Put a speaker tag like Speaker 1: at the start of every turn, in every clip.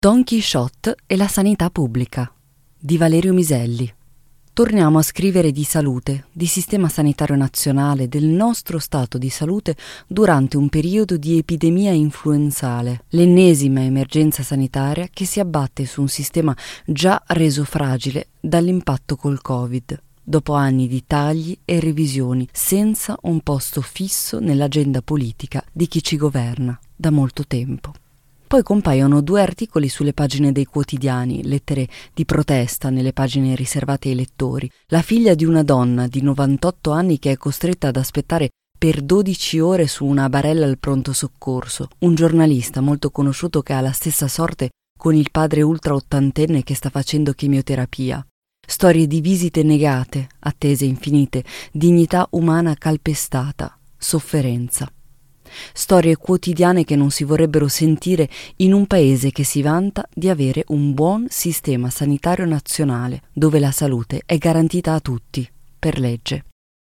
Speaker 1: Don Chisciotte e la sanità pubblica di Valerio Miselli. Torniamo a scrivere di salute, di sistema sanitario nazionale, del nostro stato di salute durante un periodo di epidemia influenzale, l'ennesima emergenza sanitaria che si abbatte su un sistema già reso fragile dall'impatto col Covid, dopo anni di tagli e revisioni senza un posto fisso nell'agenda politica di chi ci governa da molto tempo. Poi compaiono 2 articoli sulle pagine dei quotidiani, lettere di protesta nelle pagine riservate ai lettori. La figlia di una donna di 98 anni che è costretta ad aspettare per 12 ore su una barella al pronto soccorso. Un giornalista molto conosciuto che ha la stessa sorte con il padre ultra ottantenne che sta facendo chemioterapia. Storie di visite negate, attese infinite, dignità umana calpestata, sofferenza. Storie quotidiane che non si vorrebbero sentire in un paese che si vanta di avere un buon sistema sanitario nazionale, dove la salute è garantita a tutti, per legge.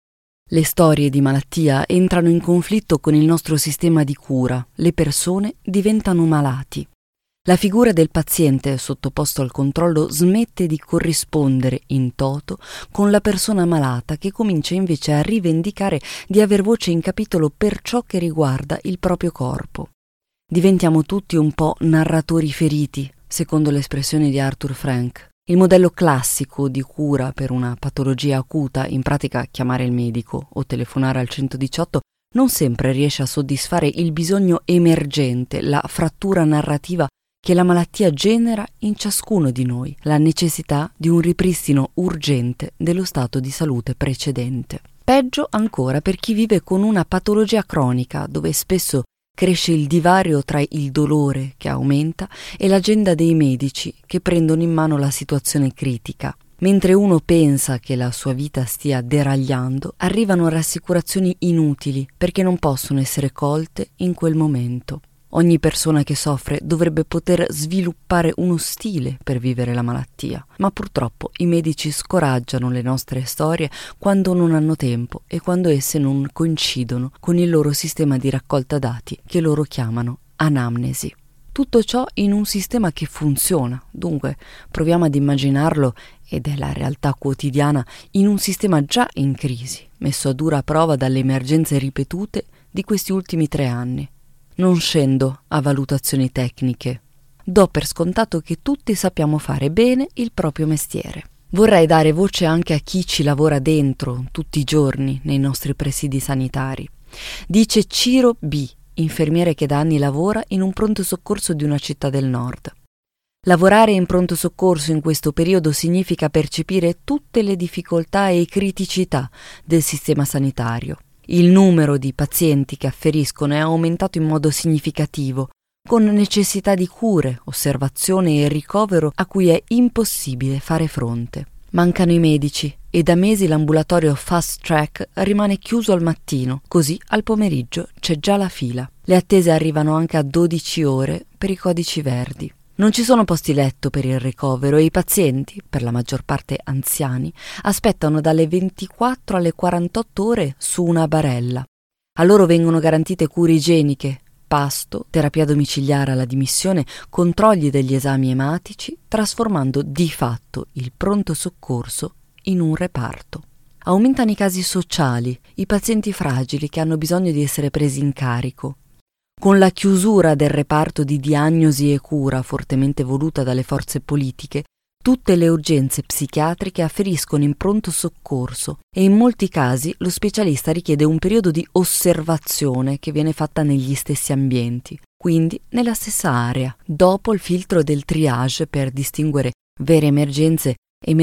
Speaker 1: Le storie di malattia entrano in conflitto con il nostro sistema di cura, le persone diventano malati. La figura del paziente sottoposto al controllo smette di corrispondere in toto con la persona malata che comincia invece a rivendicare di aver voce in capitolo per ciò che riguarda il proprio corpo. Diventiamo tutti un po' narratori feriti, secondo l'espressione di Arthur Frank. Il modello classico di cura per una patologia acuta, in pratica chiamare il medico o telefonare al 118, non sempre riesce a soddisfare il bisogno emergente, la frattura narrativa che la malattia genera in ciascuno di noi, la necessità di un ripristino urgente dello stato di salute precedente. Peggio ancora per chi vive con una patologia cronica, dove spesso cresce il divario tra il dolore che aumenta e l'agenda dei medici che prendono in mano la situazione critica. Mentre uno pensa che la sua vita stia deragliando, arrivano rassicurazioni inutili perché non possono essere colte in quel momento. Ogni persona che soffre dovrebbe poter sviluppare uno stile per vivere la malattia, ma purtroppo i medici scoraggiano le nostre storie quando non hanno tempo e quando esse non coincidono con il loro sistema di raccolta dati che loro chiamano anamnesi. Tutto ciò in un sistema che funziona, dunque proviamo ad immaginarlo, ed è la realtà quotidiana, in un sistema già in crisi, messo a dura prova dalle emergenze ripetute di questi ultimi 3 anni. Non scendo a valutazioni tecniche. Do per scontato che tutti sappiamo fare bene il proprio mestiere. Vorrei dare voce anche a chi ci lavora dentro tutti i giorni nei nostri presidi sanitari. Dice Ciro B., infermiere che da anni lavora in un pronto soccorso di una città del nord. Lavorare in pronto soccorso in questo periodo significa percepire tutte le difficoltà e criticità del sistema sanitario. Il numero di pazienti che afferiscono è aumentato in modo significativo, con necessità di cure, osservazione e ricovero a cui è impossibile fare fronte. Mancano i medici e da mesi l'ambulatorio Fast Track rimane chiuso al mattino, così al pomeriggio c'è già la fila. Le attese arrivano anche a 12 ore per i codici verdi. Non ci sono posti letto per il ricovero e i pazienti, per la maggior parte anziani, aspettano dalle 24 alle 48 ore su una barella. A loro vengono garantite cure igieniche, pasto, terapia domiciliare alla dimissione, controlli degli esami ematici, trasformando di fatto il pronto soccorso in un reparto. Aumentano i casi sociali, i pazienti fragili che hanno bisogno di essere presi in carico. Con la chiusura del reparto di diagnosi e cura fortemente voluta dalle forze politiche, tutte le urgenze psichiatriche afferiscono in pronto soccorso e in molti casi lo specialista richiede un periodo di osservazione che viene fatta negli stessi ambienti, quindi nella stessa area, dopo il filtro del triage per distinguere vere emergenze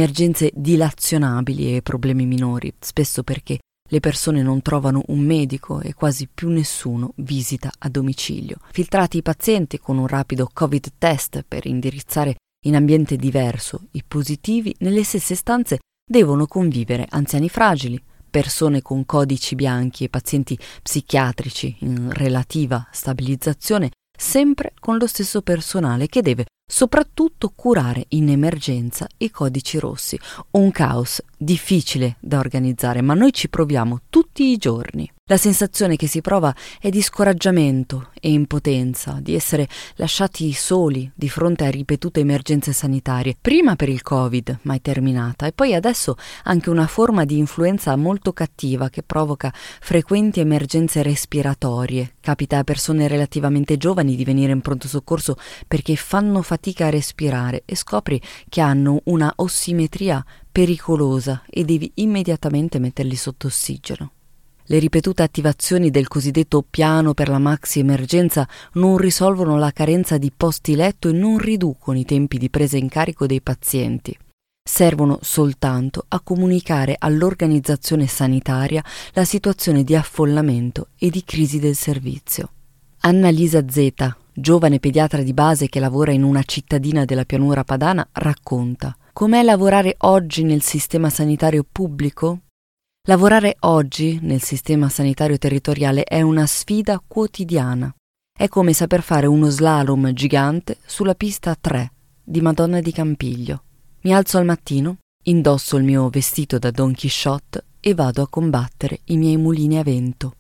Speaker 1: dilazionabili e problemi minori, spesso perché le persone non trovano un medico e quasi più nessuno visita a domicilio. Filtrati i pazienti con un rapido Covid test per indirizzare in ambiente diverso i positivi, nelle stesse stanze devono convivere anziani fragili, persone con codici bianchi e pazienti psichiatrici in relativa stabilizzazione, sempre con lo stesso personale che deve soprattutto curare in emergenza i codici rossi, un caos difficile da organizzare, ma noi ci proviamo tutti i giorni. La sensazione che si prova è di scoraggiamento e impotenza, di essere lasciati soli di fronte a ripetute emergenze sanitarie, prima per il Covid, mai terminata, e poi adesso anche una forma di influenza molto cattiva che provoca frequenti emergenze respiratorie. Capita a persone relativamente giovani di venire in pronto soccorso perché fanno fatica a respirare e scopri che hanno una ossimetria pericolosa e devi immediatamente metterli sotto ossigeno. Le ripetute attivazioni del cosiddetto piano per la maxi emergenza non risolvono la carenza di posti letto e non riducono i tempi di presa in carico dei pazienti. Servono soltanto a comunicare all'organizzazione sanitaria la situazione di affollamento e di crisi del servizio. Annalisa Z, giovane pediatra di base che lavora in una cittadina della pianura padana, racconta: com'è lavorare oggi nel sistema sanitario pubblico? Lavorare oggi nel sistema sanitario territoriale è una sfida quotidiana. È come saper fare uno slalom gigante sulla pista 3 di Madonna di Campiglio. Mi alzo al mattino, indosso il mio vestito da Don Chisciotte e vado a combattere i miei mulini a vento.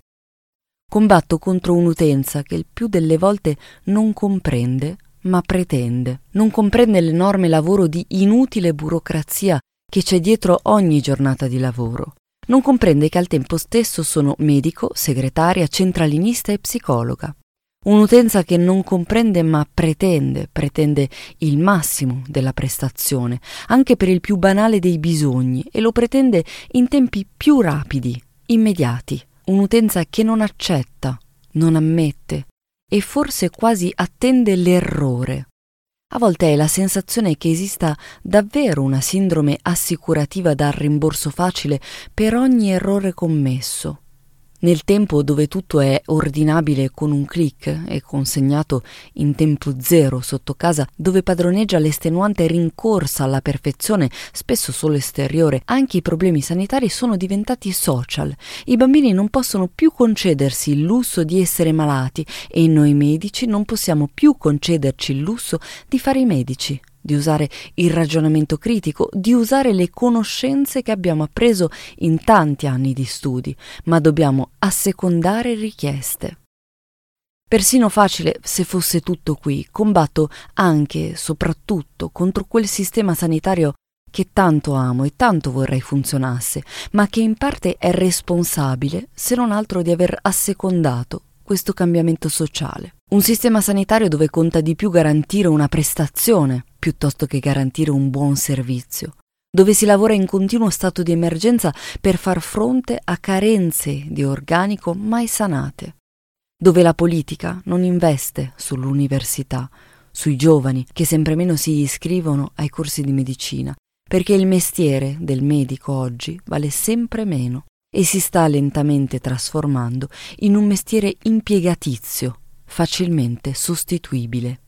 Speaker 1: Combatto contro un'utenza che il più delle volte non comprende, ma pretende. Non comprende l'enorme lavoro di inutile burocrazia che c'è dietro ogni giornata di lavoro. Non comprende che al tempo stesso sono medico, segretaria, centralinista e psicologa. Un'utenza che non comprende ma pretende il massimo della prestazione, anche per il più banale dei bisogni, e lo pretende in tempi più rapidi, immediati. Un'utenza che non accetta, non ammette e forse quasi attende l'errore. A volte è la sensazione che esista davvero una sindrome assicurativa dal rimborso facile per ogni errore commesso. Nel tempo dove tutto è ordinabile con un click e consegnato in tempo zero sotto casa, dove padroneggia l'estenuante rincorsa alla perfezione, spesso solo esteriore, anche i problemi sanitari sono diventati social. I bambini non possono più concedersi il lusso di essere malati e noi medici non possiamo più concederci il lusso di fare i medici, di usare il ragionamento critico, di usare le conoscenze che abbiamo appreso in tanti anni di studi, ma dobbiamo assecondare richieste. Persino facile se fosse tutto qui. Combatto anche e soprattutto contro quel sistema sanitario che tanto amo e tanto vorrei funzionasse, ma che in parte è responsabile, se non altro, di aver assecondato questo cambiamento sociale. Un sistema sanitario dove conta di più garantire una prestazione piuttosto che garantire un buon servizio, dove si lavora in continuo stato di emergenza per far fronte a carenze di organico mai sanate, dove la politica non investe sull'università, sui giovani che sempre meno si iscrivono ai corsi di medicina, perché il mestiere del medico oggi vale sempre meno e si sta lentamente trasformando in un mestiere impiegatizio, facilmente sostituibile.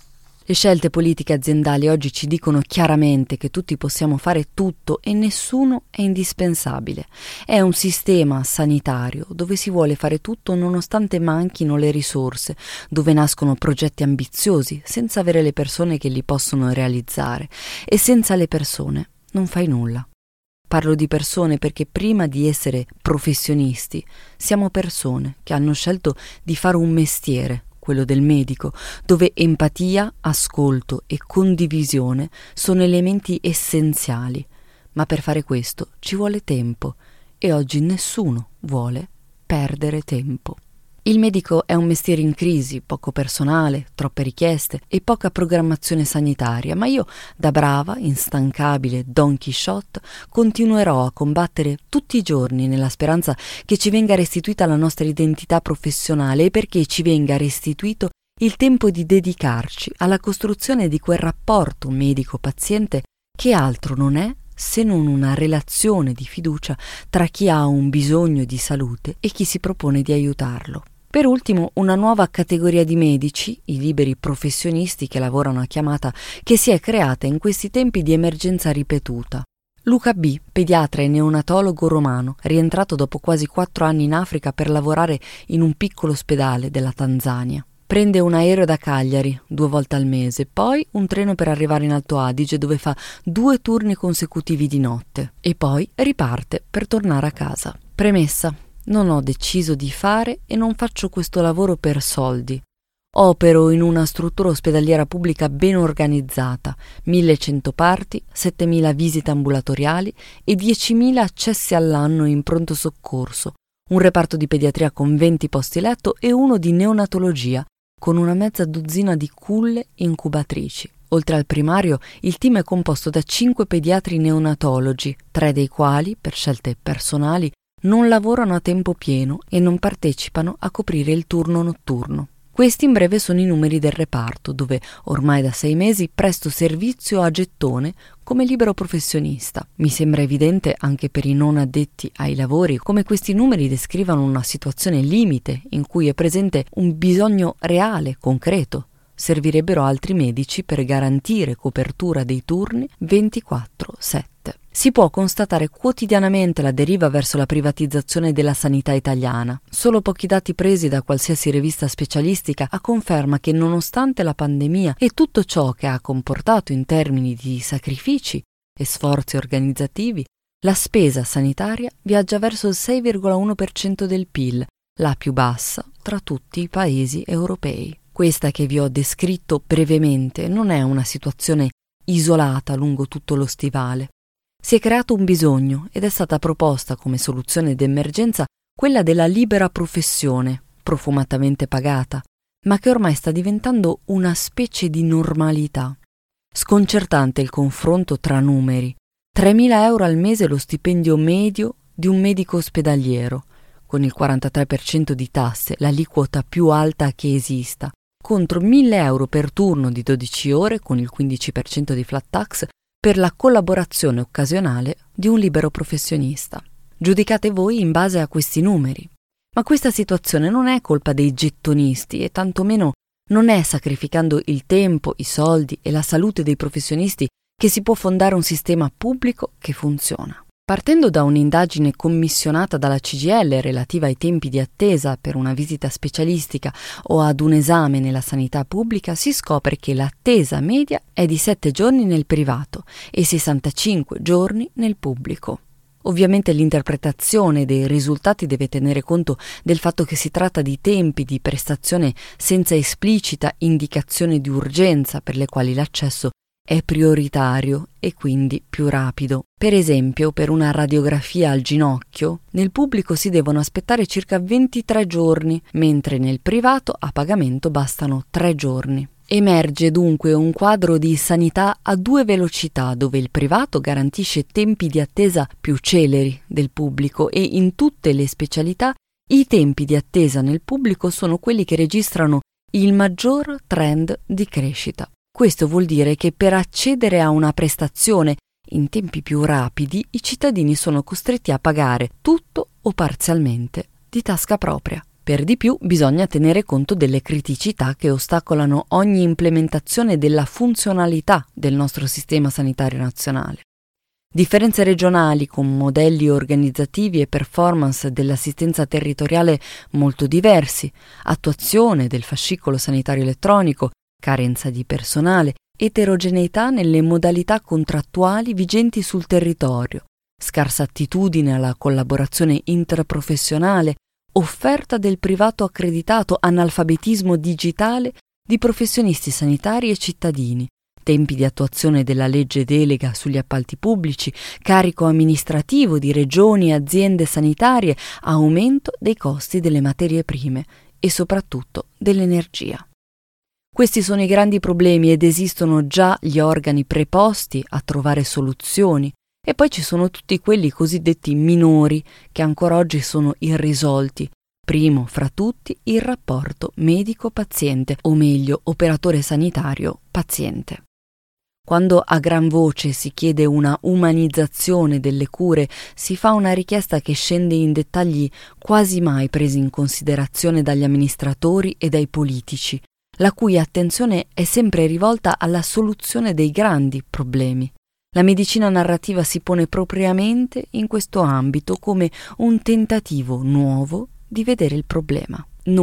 Speaker 1: Le scelte politiche aziendali oggi ci dicono chiaramente che tutti possiamo fare tutto e nessuno è indispensabile. È un sistema sanitario dove si vuole fare tutto nonostante manchino le risorse, dove nascono progetti ambiziosi senza avere le persone che li possono realizzare, e senza le persone non fai nulla. Parlo di persone perché prima di essere professionisti siamo persone che hanno scelto di fare un mestiere, quello del medico, dove empatia, ascolto e condivisione sono elementi essenziali. Ma per fare questo ci vuole tempo e oggi nessuno vuole perdere tempo. Il medico è un mestiere in crisi, poco personale, troppe richieste e poca programmazione sanitaria, ma io, da brava, instancabile Don Chisciotte, continuerò a combattere tutti i giorni nella speranza che ci venga restituita la nostra identità professionale e perché ci venga restituito il tempo di dedicarci alla costruzione di quel rapporto medico-paziente che altro non è se non una relazione di fiducia tra chi ha un bisogno di salute e chi si propone di aiutarlo. Per ultimo, una nuova categoria di medici, i liberi professionisti che lavorano a chiamata, che si è creata in questi tempi di emergenza ripetuta. Luca B., pediatra e neonatologo romano, rientrato dopo quasi 4 anni in Africa per lavorare in un piccolo ospedale della Tanzania. Prende un aereo da Cagliari 2 volte al mese, poi un treno per arrivare in Alto Adige dove fa 2 turni consecutivi di notte e poi riparte per tornare a casa. Premessa: non ho deciso di fare e non faccio questo lavoro per soldi. Opero in una struttura ospedaliera pubblica ben organizzata, 1.100 parti, 7.000 visite ambulatoriali e 10.000 accessi all'anno in pronto soccorso, un reparto di pediatria con 20 posti letto e uno di neonatologia, con una mezza dozzina di culle incubatrici. Oltre al primario, il team è composto da 5 pediatri neonatologi, 3 dei quali, per scelte personali, non lavorano a tempo pieno e non partecipano a coprire il turno notturno. Questi in breve sono i numeri del reparto, dove ormai da 6 mesi presto servizio a gettone come libero professionista. Mi sembra evidente anche per i non addetti ai lavori come questi numeri descrivano una situazione limite in cui è presente un bisogno reale, concreto. Servirebbero altri medici per garantire copertura dei turni 24/7. Si può constatare quotidianamente la deriva verso la privatizzazione della sanità italiana. Solo pochi dati presi da qualsiasi rivista specialistica a conferma che nonostante la pandemia e tutto ciò che ha comportato in termini di sacrifici e sforzi organizzativi, la spesa sanitaria viaggia verso il 6,1% del PIL, la più bassa tra tutti i paesi europei. Questa che vi ho descritto brevemente non è una situazione isolata lungo tutto lo stivale. Si è creato un bisogno ed è stata proposta come soluzione d'emergenza quella della libera professione, profumatamente pagata, ma che ormai sta diventando una specie di normalità. Sconcertante il confronto tra numeri. 3.000 euro al mese lo stipendio medio di un medico ospedaliero, con il 43% di tasse, l'aliquota più alta che esista, contro 1.000 euro per turno di 12 ore, con il 15% di flat tax, per la collaborazione occasionale di un libero professionista. Giudicate voi in base a questi numeri. Ma questa situazione non è colpa dei gettonisti e tantomeno non è sacrificando il tempo, i soldi e la salute dei professionisti che si può fondare un sistema pubblico che funziona. Partendo da un'indagine commissionata dalla CGIL relativa ai tempi di attesa per una visita specialistica o ad un esame nella sanità pubblica, si scopre che l'attesa media è di 7 giorni nel privato e 65 giorni nel pubblico. Ovviamente l'interpretazione dei risultati deve tenere conto del fatto che si tratta di tempi di prestazione senza esplicita indicazione di urgenza per le quali l'accesso è prioritario e quindi più rapido. Per esempio, per una radiografia al ginocchio, nel pubblico si devono aspettare circa 23 giorni, mentre nel privato a pagamento bastano 3 giorni. Emerge dunque un quadro di sanità a 2 velocità, dove il privato garantisce tempi di attesa più celeri del pubblico e in tutte le specialità i tempi di attesa nel pubblico sono quelli che registrano il maggior trend di crescita. Questo vuol dire che per accedere a una prestazione in tempi più rapidi i cittadini sono costretti a pagare tutto o parzialmente di tasca propria. Per di più bisogna tenere conto delle criticità che ostacolano ogni implementazione della funzionalità del nostro sistema sanitario nazionale. Differenze regionali con modelli organizzativi e performance dell'assistenza territoriale molto diversi, attuazione del fascicolo sanitario elettronico, carenza di personale, eterogeneità nelle modalità contrattuali vigenti sul territorio, scarsa attitudine alla collaborazione interprofessionale, offerta del privato accreditato, analfabetismo digitale di professionisti sanitari e cittadini, tempi di attuazione della legge delega sugli appalti pubblici, carico amministrativo di regioni e aziende sanitarie, aumento dei costi delle materie prime e soprattutto dell'energia. Questi sono i grandi problemi ed esistono già gli organi preposti a trovare soluzioni e poi ci sono tutti quelli cosiddetti minori che ancora oggi sono irrisolti. Primo fra tutti il rapporto medico-paziente, o meglio operatore sanitario-paziente. Quando a gran voce si chiede una umanizzazione delle cure, si fa una richiesta che scende in dettagli quasi mai presi in considerazione dagli amministratori e dai politici, la cui attenzione è sempre rivolta alla soluzione dei grandi problemi. La medicina narrativa si pone propriamente in questo ambito come un tentativo nuovo di vedere il problema. Noi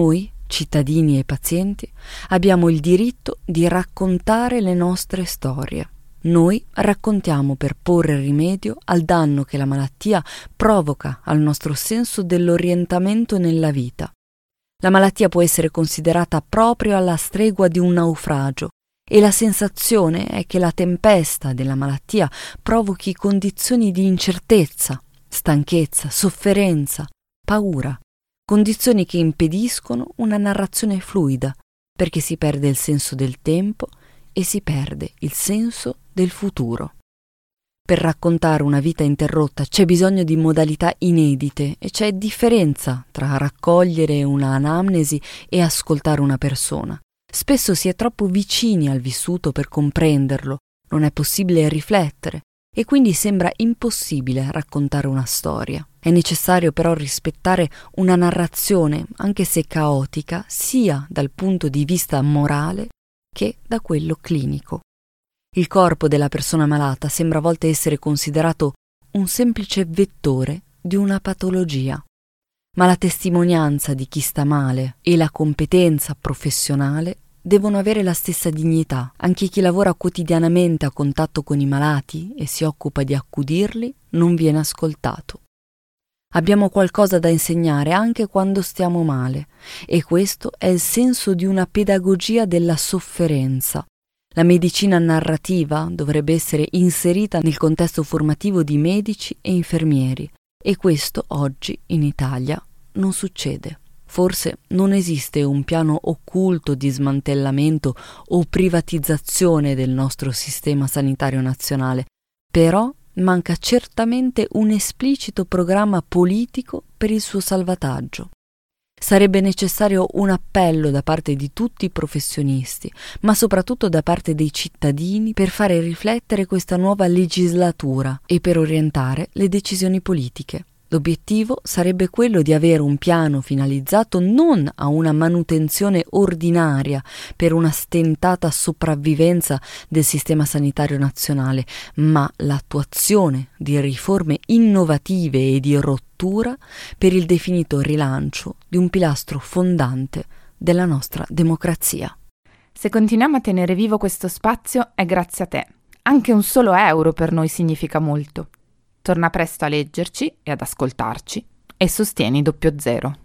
Speaker 1: cittadini e pazienti, abbiamo il diritto di raccontare le nostre storie. Noi raccontiamo per porre rimedio al danno che la malattia provoca al nostro senso dell'orientamento nella vita. La malattia può essere considerata proprio alla stregua di un naufragio e la sensazione è che la tempesta della malattia provochi condizioni di incertezza, stanchezza, sofferenza, paura, condizioni che impediscono una narrazione fluida perché si perde il senso del tempo e si perde il senso del futuro. Per raccontare una vita interrotta c'è bisogno di modalità inedite e c'è differenza tra raccogliere una anamnesi e ascoltare una persona. Spesso si è troppo vicini al vissuto per comprenderlo, non è possibile riflettere e quindi sembra impossibile raccontare una storia. È necessario però rispettare una narrazione, anche se caotica, sia dal punto di vista morale che da quello clinico. Il corpo della persona malata sembra a volte essere considerato un semplice vettore di una patologia, ma la testimonianza di chi sta male e la competenza professionale devono avere la stessa dignità. Anche chi lavora quotidianamente a contatto con i malati e si occupa di accudirli non viene ascoltato. Abbiamo qualcosa da insegnare anche quando stiamo male, e questo è il senso di una pedagogia della sofferenza. La medicina narrativa dovrebbe essere inserita nel contesto formativo di medici e infermieri, e questo oggi in Italia non succede. Forse non esiste un piano occulto di smantellamento o privatizzazione del nostro sistema sanitario nazionale, però manca certamente un esplicito programma politico per il suo salvataggio. Sarebbe necessario un appello da parte di tutti i professionisti, ma soprattutto da parte dei cittadini per fare riflettere questa nuova legislatura e per orientare le decisioni politiche. L'obiettivo sarebbe quello di avere un piano finalizzato non a una manutenzione ordinaria per una stentata sopravvivenza del sistema sanitario nazionale, ma l'attuazione di riforme innovative e di rottura per il definito rilancio di un pilastro fondante della nostra democrazia.
Speaker 2: Se continuiamo a tenere vivo questo spazio è grazie a te. Anche un solo euro per noi significa molto. Torna presto a leggerci e ad ascoltarci e sostieni 00.